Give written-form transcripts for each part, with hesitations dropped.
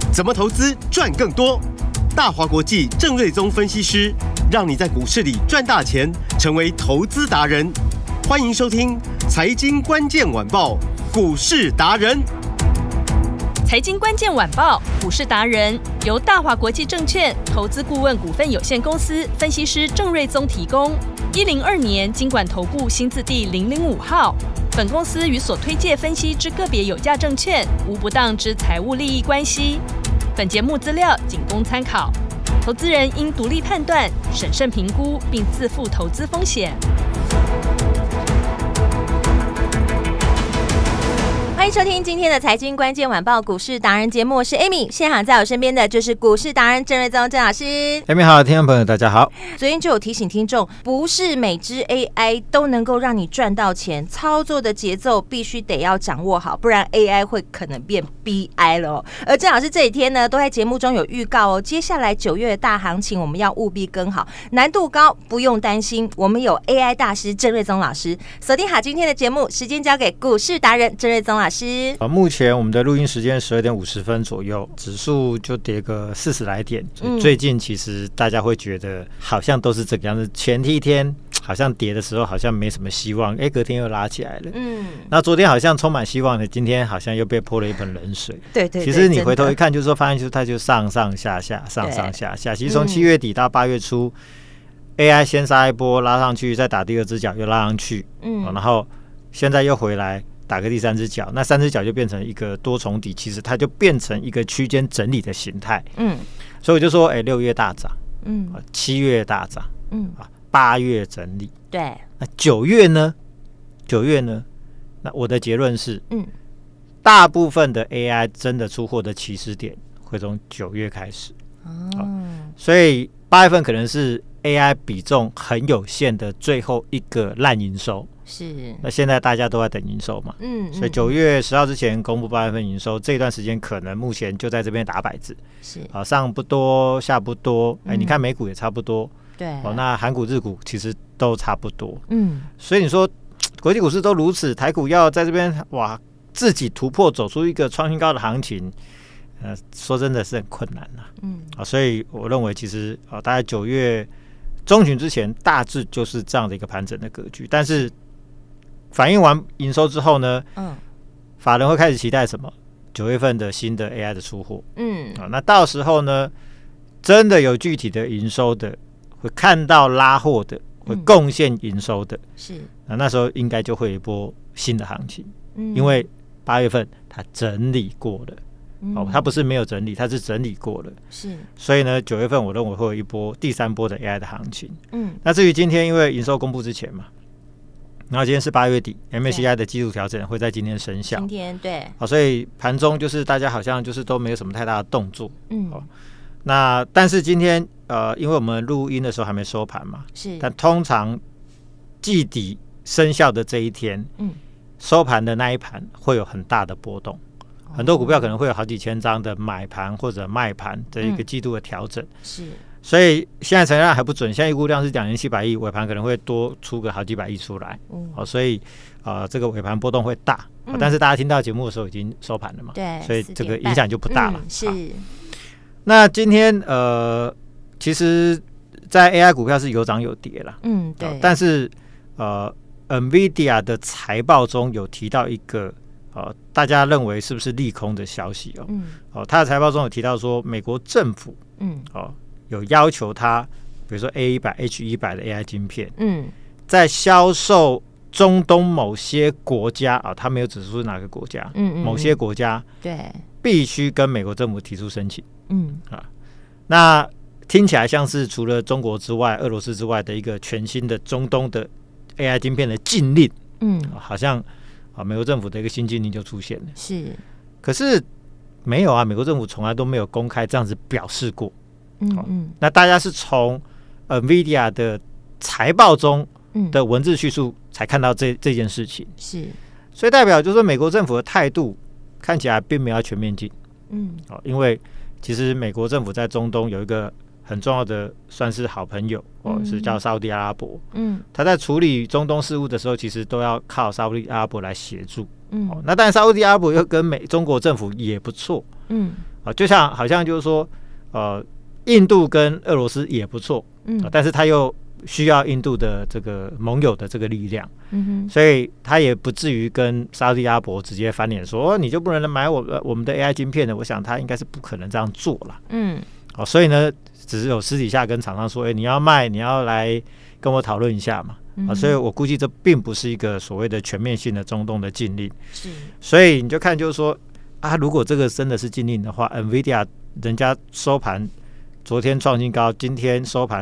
怎么投资赚更多？大华国际郑瑞宗分析师让你在股市里赚大钱，成为投资达人。欢迎收听《财经关键晚报》股市达人。 财经关键晚报股市达人由大华国际证券投资顾问股份有限公司分析师郑瑞宗提供。102年金管投顾新字第005号。本公司与所推介分析之个别有价证券无不当之财务利益关系。本节目资料仅供参考，投资人应独立判断、审慎评估，并自负投资风险。 欢迎收听今天的财经关键晚报股市达人节目，我是 Amy， 现场在我身边的就是股市达人郑瑞宗郑老师。 Amy 好，听众朋友大家好。 昨天就有提醒听众，不是每支 AI 都能够让你赚到钱，操作的节奏必须得要掌握好，不然 AI 会可能变 BI 了哦。而郑老师这几天呢，都在节目中有预告哦，接下来9月的大行情我们要务必跟好，难度高不用担心，我们有 AI 大师郑瑞宗老师。锁定好今天的节目，时间交给股市达人郑瑞宗老师。 目前我们的录音时间12点50分左右，指数就跌个40来点，所以最近其实大家会觉得好像都是这个样子。前一天好像跌的时候好像没什么希望，隔天又拉起来了。那昨天好像充满希望的，今天好像又被泼了一盆冷水。 对， 其实你回头一看，就是说发现它就上上下下，上上下下。其实从7月底到8月初，AI 先杀一波拉上去，再打第二只脚又拉上去，然后现在又回来打个第三只脚，那三只脚就变成一个多重底，其实它就变成一个区间整理的形态。所以我就说，6月大涨，7月大涨，8月整理， 对， 那9月呢？那我的结论是，大部分的 AI 真的出货的起始点会从9月开始。所以8月份可能是 AI 比重很有限的最后一个烂营收。 是， 那现在大家都在等营收嘛，所以9月10号之前公布8月份营收，这段时间可能目前就在这边打摆子， 是上不多下不多，你看美股也差不多， 对， 那韩股日股其实都差不多，所以你说国际股市都如此，台股要在这边哇自己突破走出一个创新高的行情，说真的是很困难啦，所以我认为其实大概9月中旬之前大致就是这样的一个盘整的格局，但是反映完营收之后呢，法人会开始期待什么？9月份的新的 AI 的出货，那到时候呢，真的有具体的营收的，会看到拉货的，会贡献营收的， 是， 那时候应该就会有一波新的行情，因为8月份它整理过了，它不是没有整理，它是整理过了， 是， 所以呢，9月份我认为会有一波第3波的 AI 的行情，那至于今天因为营收公布之前嘛。然后今天是8月底 ，MSCI 的季度调整会在今天生效。 今天对， 所以盘中就是大家好像就是都没有什么太大的动作。那但是今天因为我们录音的时候还没收盘嘛， 是， 但通常季底生效的这一天，收盘的那一盘会有很大的波动，很多股票可能会有好几千张的买盘或者卖盘的一个季度的调整。 是。 所以现在成交量还不准，现在预估量是2700亿，尾盘可能会多出个好几百亿出来，所以这个尾盘波动会大，但是大家听到节目的时候已经收盘了嘛， 对， 所以这个影响就不大了。 是。 那今天其实，在 AI 股票是有涨有跌啦， 对， 但是NVIDIA 的财报中有提到一个大家认为是不是利空的消息他的财报中有提到说，美国政府有要求他，比如说 A100、H100 的 AI 晶片，在销售中东某些国家他没有指出是哪个国家，某些国家对必须跟美国政府提出申请，那听起来像是除了中国之外、俄罗斯之外的一个全新的中东的 AI 晶片的禁令，好像美国政府的一个新禁令就出现了， 是， 可是没有美国政府从来都没有公开这样子表示过。那大家是从 NVIDIA 的财报中的文字叙述才看到这件事情， 是， 所以代表就是说美国政府的态度看起来并没有要全面禁，因为其实美国政府在中东有一个很重要的算是好朋友是叫沙烏地阿拉伯，他在处理中东事务的时候，其实都要靠沙烏地阿拉伯来协助，那当然沙烏地阿拉伯又跟中国政府也不错， 就像好像就是说，印度跟俄罗斯也不错，但是他又需要印度的这个盟友的这个力量，所以他也不至于跟沙特阿拉伯直接翻脸说，你就不能买我们的 AI 晶片的。我想他应该是不可能这样做了，所以呢，只是有私底下跟厂商说，你要卖，你要来跟我讨论一下嘛，所以我估计这并不是一个所谓的全面性的中东的禁令，所以你就看就是说如果这个真的是禁令的话 ，NVIDIA 人家收盘。昨天创新高，今天收盘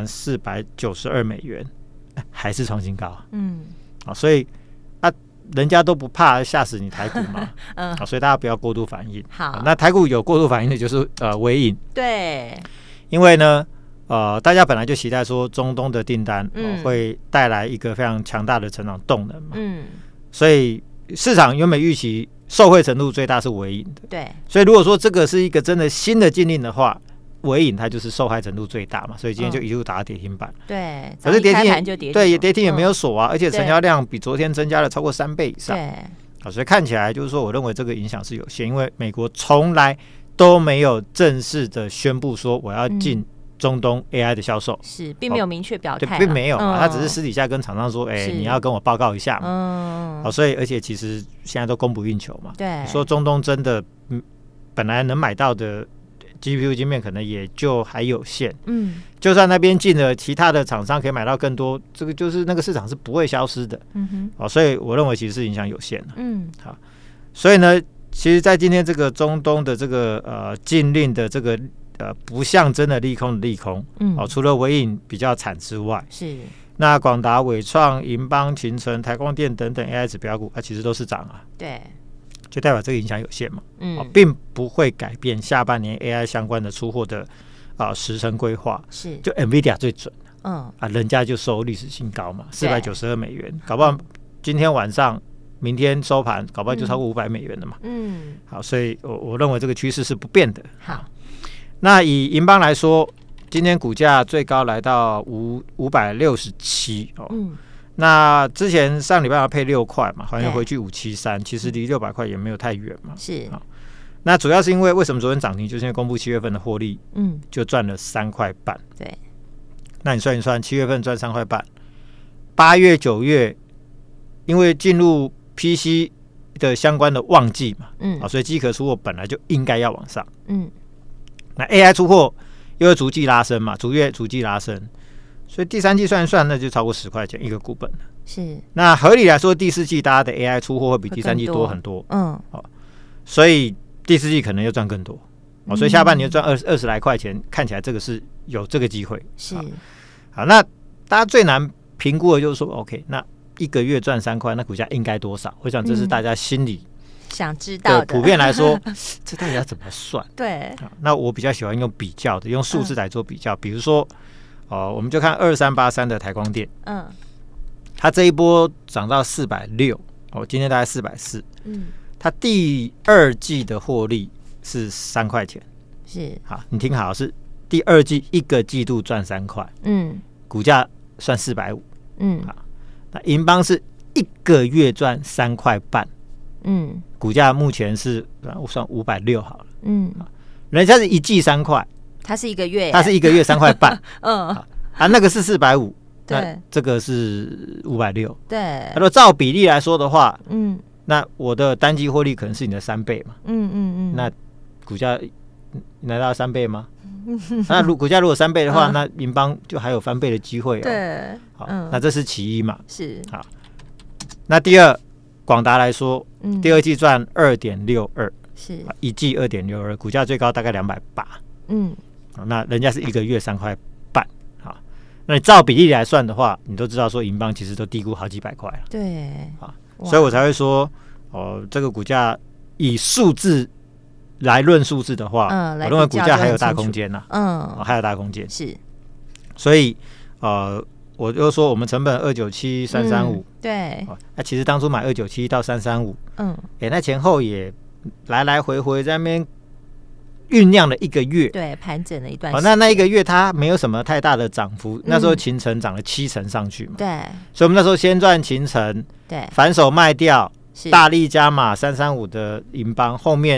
492美元，还是创新高。所以人家都不怕吓死你台股嘛，所以大家不要过度反应。 好， 那台股有过度反应的就是微影， 对， 因为呢大家本来就期待说中东的订单会带来一个非常强大的成长动能嘛，所以市场原本预期受惠程度最大是微影的， 对， 所以如果说这个是一个真的新的禁令的话。微影它就是受害程度最大嘛，所以今天就一路打到跌停板。 对， 可是跌停也没有锁而且成交量比昨天增加了超过3倍以上。对，所以看起来就是说，我认为这个影响是有限，因为美国从来都没有正式的宣布说我要进中东 AI 的销售， 是并没有明确表态， 并没有他只是私底下跟厂商说，你要跟我报告一下嘛。所以而且其实现在都供不应求嘛。 对， 说中东真的本来能买到的。GPU 晶片可能也就还有限，就算那边进了，其他的厂商可以买到更多，这个就是那个市场是不会消失的，所以我认为其实是影响有限的，好，所以呢，其实，在今天这个中东的这个禁令的这个不像真的利空的利空，除了微影比较惨之外， 是那广达、伟创、银邦、勤诚、台光电等等 AI 指标股，其实都是涨啊， 对。 就代表这个影响有限嘛，并不会改变下半年 AI 相关的出货的时程规划。 是， 就 NVIDIA 最准，人家就收历史新高嘛，492美元，搞不好今天晚上、明天收盘，搞不好就超过500美元了嘛。好，所以我认为这个趋势是不变的。 好， 那以银邦来说，今天股价最高来到567哦。那之前上礼拜要配6块嘛，好像回去573，其实离600块也没有太远嘛。 是， 那主要是因为什么昨天涨停，就是因为公布7月份的获利，就赚了3块半。 对， 那你算一算，7月份赚3块半，8月、9月因为进入 PC 的相关的旺季嘛，所以机壳出货本来就应该要往上。那 AI 出货又会逐季拉升嘛，逐月逐季拉升。所以第三季算一算，那就超过10块钱一个股本了。 是，那合理来说，第四季大家的 AI 出货会比第三季多很多。所以第四季可能又赚更多。所以下半年赚20来块钱，看起来这个是有这个机会。 是， 好，那大家最难评估的就是说 ，OK， 那一个月赚3块，那股价应该多少？我想这是大家心里想知道的。 普遍来说，这到底要怎么算？ 对， 那我比较喜欢用比较的，用数字来做比较，比如说。我们就看2383的台光电，它这一波涨到460，今天大概440，它第二季的获利是3块钱， 是，好， 你听好，是第二季一个季度赚3块，股价算450，好，那银邦是一个月赚3块半，股价目前是我算560好了，人家是一季3块。 它是一个月 3块半，那个是450，那这个是560， 对。 如果照比例来说的话，那我的单季获利可能是你的3倍嘛，那股价来到3倍吗？那股价如果3倍的话，那银邦就还有翻倍的机会， 对， 好，那这是其一嘛， 是， 好。那第二，广达来说，第二季赚2.62， 是， 一季2.62，股价最高大概280，那人家是一个月3块半，好，那你照比例来算的话，你都知道说银邦其实都低估好几百块了， 对， 啊，所以我才会说，这个股价以数字来论数字的话，我认为股价还有大空间呐，还有大空间，是，所以我就说我们成本297、335， 对， 那其实当初买297到335，那前后也来来回回在那边。酝酿了1个月， 对，盘整了一段时间。 那1个月它没有什么太大的涨幅，那时候勤诚涨了70%上去嘛， 对， 所以我们那时候先赚勤诚， 对， 反手卖掉，大力加码335的银邦，后面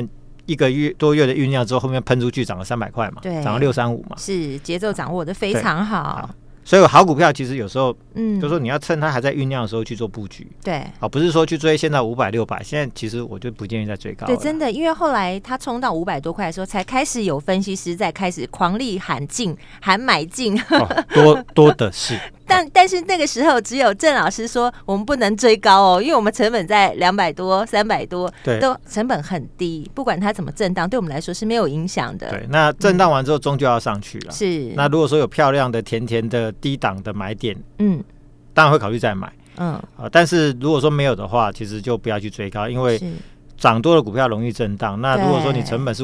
1个月多月的酝酿之后，后面喷出去涨了300块嘛， 对， 涨了635嘛， 是节奏掌握的非常好。 所以好股票其实有时候，就是说你要趁它还在酝酿的时候去做布局， 对， 不是说去追现在500、600，现在其实我就不建议再追高了。 对，真的，因为后来它冲到500多块的时候，才开始有分析师在开始狂力喊进、喊买进， 多的是。 但是那个时候只有郑老师说我们不能追高哦，因为我们成本在200多、300多，都成本很低，不管它怎么震荡，对我们来说是没有影响的。 对，那震荡完之后终究要上去了。 是。 那如果说有漂亮的、甜甜的低档的买点，当然会考虑再买。但是如果说没有的话，其实就不要去追高，因为涨多的股票容易震荡。那如果说你成本是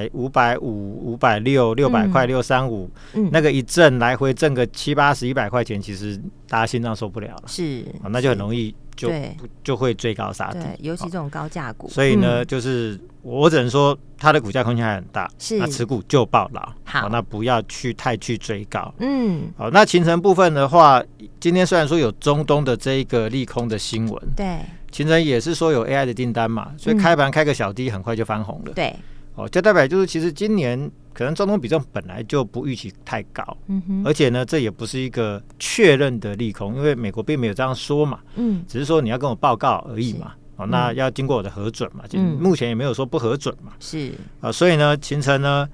500、550、560、600块、635，那个一震来回震个70、80、100块钱，其实大家心脏受不了了。 是， 那就很容易就会追高杀低。 对，尤其这种高价股。 所以呢，就是我只能说它的股价空间还很大，那持股就抱牢。好，那不要太去追高。好，那勤诚部分的话，今天虽然说有中东的这一个利空的新闻， 对。 勤诚也是说有 AI 的订单嘛，所以开盘开个小低，很快就翻红了。 对， 就代表就是其实今年可能中东比重本来就不预期太高，而且呢，这也不是一个确认的利空，因为美国并没有这样说嘛，只是说你要跟我报告而已嘛。那要经过我的核准嘛，目前也没有说不核准嘛。 是所以呢，勤诚呢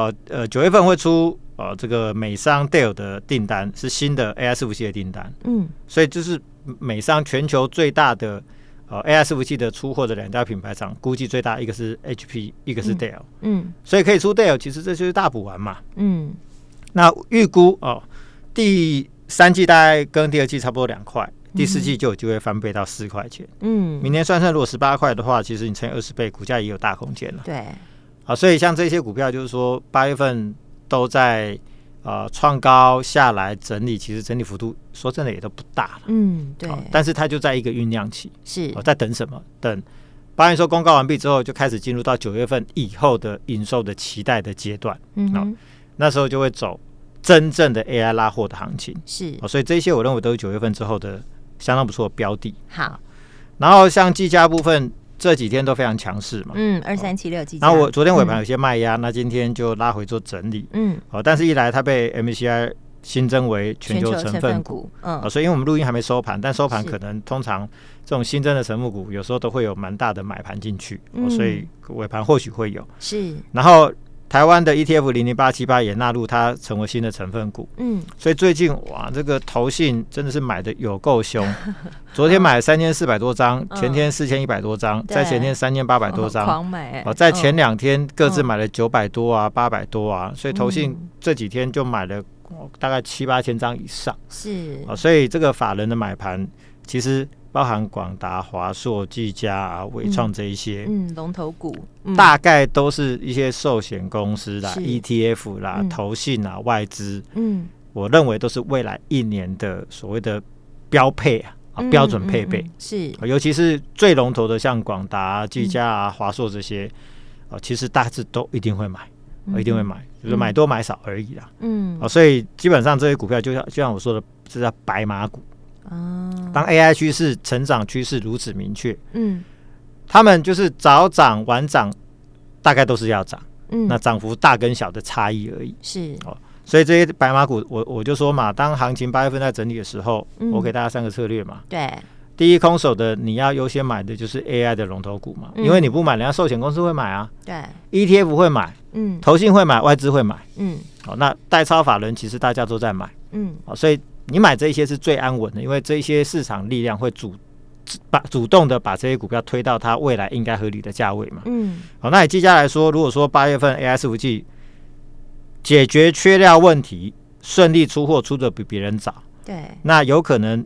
，9月份会出这个美商 Dell 的订单，是新的 AI 伺服器的订单。所以就是美商全球最大的AI 伺服器的出货的2家品牌厂，估计最大一个是 HP， 一个是 Dell。所以可以出 Dell， 其实这就是大补丸嘛。那预估第3季大概跟第2季差不多2块，第4季就有机会翻倍到4块钱。明年算如果18块的话，其实你乘以20倍，股价也有大空间了。 对， 所以像这些股票，就是说8月份都在创高下来整理，其实整理幅度说真的也都不大了。 对。 但是它就在一个酝酿期， 是在等什么？等8月营收公告完毕之后，就开始进入到9月份以后的营收的期待的阶段。那时候就会走真正的 AI 拉货的行情。 是。 所以这些我认为都是9月份之后的相当不错的标的。 好。 然后像技嘉部分，这几天都非常强势嘛 ，2376技嘉。 然后我昨天尾盘有些卖压，那今天就拉回做整理。但是一来它被 MSCI 新增为全球成分股，所以因为我们录音还没收盘，但收盘可能通常这种新增的成分股有时候都会有蛮大的买盘进去，所以尾盘或许会有。 是。 然后台湾的 ETF 00878也纳入它成为新的成分股。所以最近哇，这个投信真的是买的有够凶。昨天买了3400多张，前天4100多张，在前天3800多张， 狂买。 在前2天各自买了900多啊、800多啊，所以投信这几天就买了大概7、8千张以上。 是。 所以这个法人的买盘其实包含广达、华硕、技嘉啊、伟创这一些龙头股， 大概都是一些寿险公司啦、ETF 啦、投信啊、外资，我认为都是未来1年的所谓的标配啊。标准配备是， 尤其是最龙头的像广达、技嘉啊、华硕这些，其实大致都一定会买，一定会买，就是买多买少而已啦。所以基本上这些股票就像我说的，这叫白马股。当 AI 趋势、成长趋势如此明确，他们就是早涨晚涨，大概都是要涨，那涨幅大跟小的差异而已。 是。 所以这些白马股，我就说嘛，当行情8月份在整理的时候，我给大家3个策略嘛。 对， 第一，空手的你要优先买的就是 AI 的龙头股嘛，因为你不买，人家寿险公司会买啊， 对 ，ETF 会买，投信会买，外资会买，好，那代操法人其实大家都在买，好，所以你买这些是最安稳的，因为这些市场力量会主动的把这些股票推到它未来应该合理的价位嘛，好，那以技嘉来说，如果说8月份 AI 伺服器解决缺料问题，顺利出货出的比别人早， 对， 那有可能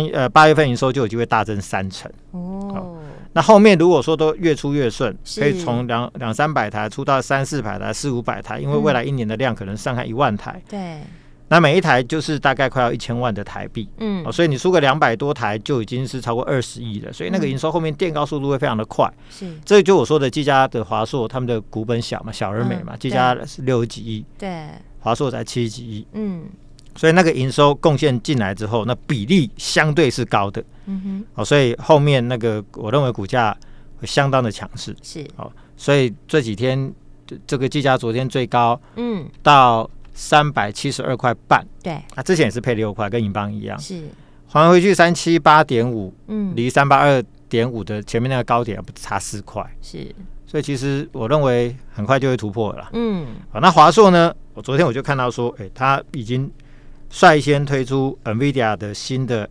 8月份营收就有机会大增30%。那后面如果说都越出越顺，可以从200-300台出到300-400台、400-500台，因为未来1年的量可能上看1万台。 对， 那每一台就是大概快要1000万的台币。所以你出个200多台就已经是超过20亿了，所以那个营收后面垫高速度会非常的快。 是， 这就我说的技嘉的华硕，他们的股本小嘛，小而美嘛，技嘉是60几亿， 对， 华硕才70几亿。所以那个营收贡献进来之后，那比例相对是高的。所以后面那个我认为股价会相当的强势。 是， 所以这几天这个技嘉昨天最高到372块半， 对， 之前也是配6块，跟银邦一样， 是还回去378.5，离382.5的前面那个高点差4块， 是， 所以其实我认为很快就会突破了啦。那华硕呢？昨天我就看到说，它已经率先推出 NVIDIA 的新的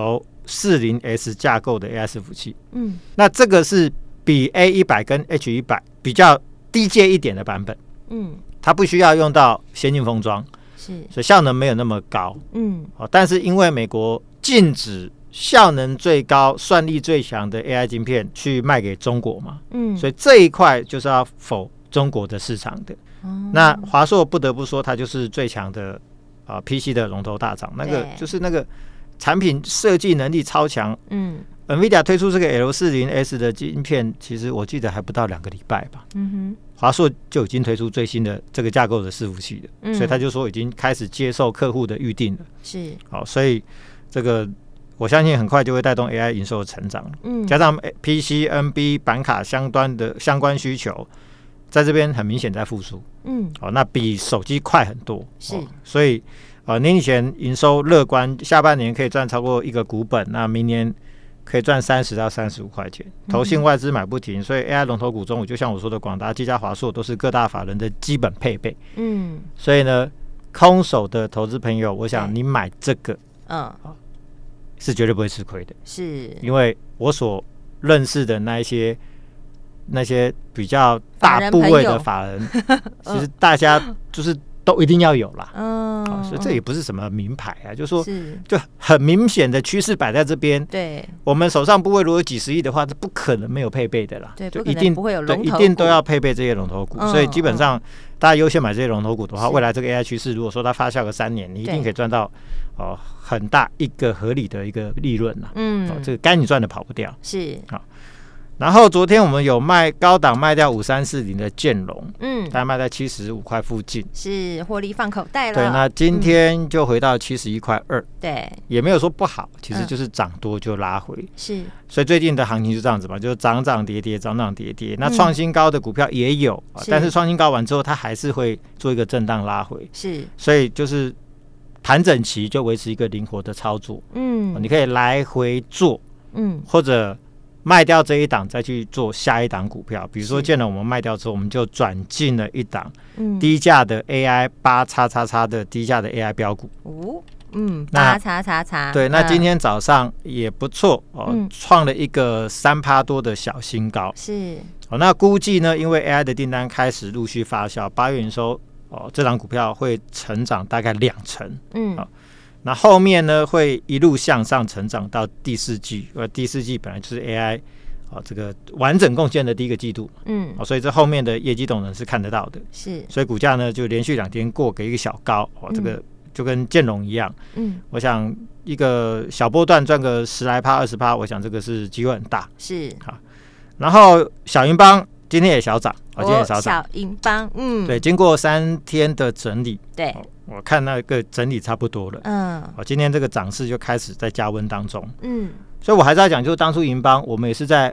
L40S 架构的 AI 伺服器。那这个是比 A100 跟 H100 比较低阶一点的版本。它不需要用到先进封装，是，所以效能没有那么高。但是因为美国禁止效能最高、算力最强的 AI 晶片去卖给中国嘛，所以这一块就是要否中国的市场的。那华硕不得不说，它就是最强的PC 的龙头大厂，那个就是那个产品设计能力超强。NVIDIA 推出这个 L40S 的晶片，其实我记得还不到2个礼拜吧。华硕就已经推出最新的这个架构的伺服器了，所以他就说已经开始接受客户的预定了。是，好，所以这个我相信很快就会带动 AI 营收的成长。加上 PC、NB 板卡相关需求，在这边很明显在复苏。那比手机快很多。是，所以年以前营收乐观，下半年可以赚超过1个股本，那明年可以赚30到35块钱，投信外资买不停，所以 AI 龙头股中，就像我说的，广达、技嘉、华硕都是各大法人的基本配备。所以呢，空手的投资朋友，我想你买这个，是绝对不会吃亏的，是因为我所认识的那些比较大部位的法人，其实大家就是都一定要有啦。所以这也不是什么名牌啊，就是说就很明显的趋势摆在这边。对，我们手上部位如果有几十亿的话，这不可能没有配备的啦。对，就一定不会有龙头股，一定都要配备这些龙头股。所以基本上大家优先买这些龙头股的话，未来这个 AI 趋势，如果说它发酵个3年，你一定可以赚到很大一个合理的一个利润啦。这个该你赚的跑不掉。是，好。然后昨天我们有卖高档卖掉5340的建融，大概卖在75块附近，是获利放口袋了。对，那今天就回到71块2，对，也没有说不好，其实就是涨多就拉回，是。所以最近的行情就这样子嘛，就是涨涨跌跌，涨涨跌跌。那创新高的股票也有，但是创新高完之后，它还是会做一个震荡拉回，是。所以就是盘整期就维持一个灵活的操作，你可以来回做，或者卖掉这一档，再去做下一档股票。比如说建融我们卖掉之后，我们就转进了一档低价的 AI 8XXX的低价的 AI 标股。8XXX。对，那今天早上也不错创了一个3%多的小新高。是。那估计呢，因为 AI 的订单开始陆续发酵，8月营收这档股票会成长大概2成。那后面呢会一路向上成长到第4季，第4季本来就是 AI 这个完整贡献的第1个季度，所以这后面的业绩动能是看得到的，是，所以股价呢就连续2天过给一个小高，这个就跟建融一样，我想一个小波段赚个10来%、20%，我想这个是机会很大，是好。然后小银邦今天也小涨，今天也小涨，小银邦，对，经过3天的整理，对。我看那个整理差不多了，今天这个涨势就开始在加温当中，所以我还是要讲，就是当初银邦我们也是在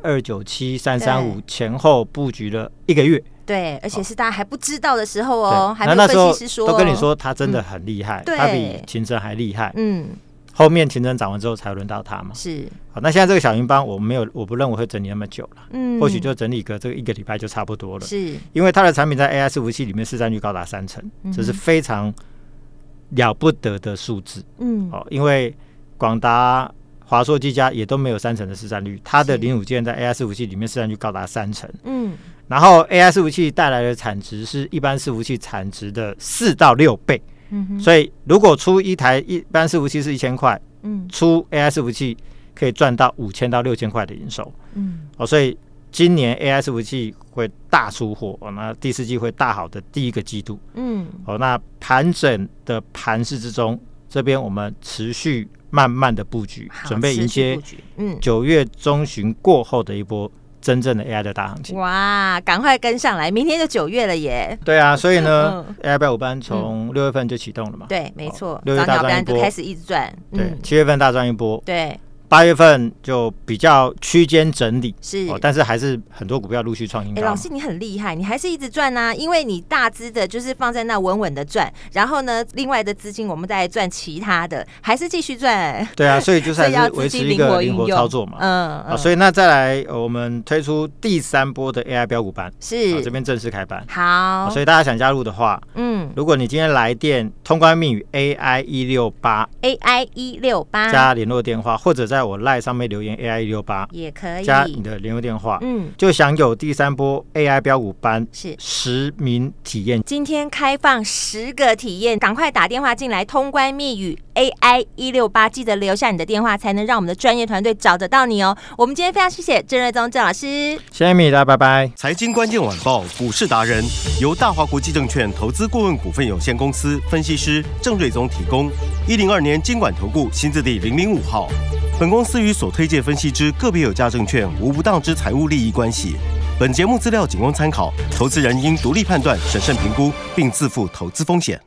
297、335前后布局了1个月，对，而且是大家还不知道的时候还没有分析师说，都跟你说他真的很厉害，他比勤诚还厉害，后面勤诚涨完之后才轮到他嘛，是，好，那现在这个小银邦我不认为会整理那么久了，或许就整理个这个1个礼拜就差不多了，是，因为它的产品在 AI 伺服器里面市占率高达3成，这是非常了不得的数字，因为广达、华硕、技嘉也都没有3成的市占率，它的零组件在 AI 伺服器里面市占率高达3成，然后 AI 伺服器带来的产值是一般伺服器产值的4到6倍，所以如果出一台一般伺服器是1000块，出 AI 伺服器可以赚到5000到6000块的营收，所以今年 AI 伺服器会大出货，那第4季会大好的第1个季度，那盘整的盘势之中，这边我们持续慢慢的布局，准备迎接9月中旬过后的一波真正的 AI 的大行情。哇，赶快跟上来，明天就9月了耶！对啊，所以呢，AI 标股班从6月份就启动了嘛？对，没错，6月大赚一波就开始一直赚，对，7月份大赚一波，对。 8月份就比较区间整理， 是， 但是还是很多股票陆续创新高。 老师你很厉害，你还是一直赚啊，因为你大资的就是放在那稳稳的赚，然后呢，另外的资金我们再来赚其他的，还是继续赚。 对啊，所以就是还是维持一个灵活操作嘛。所以那再来，我们推出第3波的 AI 标股班， 是这边正式开班。 好， 所以大家想加入的话，如果你今天来电通关密语 AI168 加联络电话，或者在我 LINE 上面留言 AI168 也可以， 加你的联络电话，就享有第3波 AI 标股班是 10名体验。 今天开放10个体验，赶快打电话进来，通关密语 AI168，记得留下你的电话，才能让我们的专业团队找得到你哦。我们今天非常谢谢郑瑞宗郑老师， 谢谢米达，拜拜。 财经关键晚报股市达人由大华国际证券投资顾问股份有限公司分析师郑瑞宗提供。102年金管投顾新字第005号。本公司与所推介分析之个别有价证券无不当之财务利益关系。本节目资料仅供参考，投资人应独立判断、审慎评估，并自负投资风险。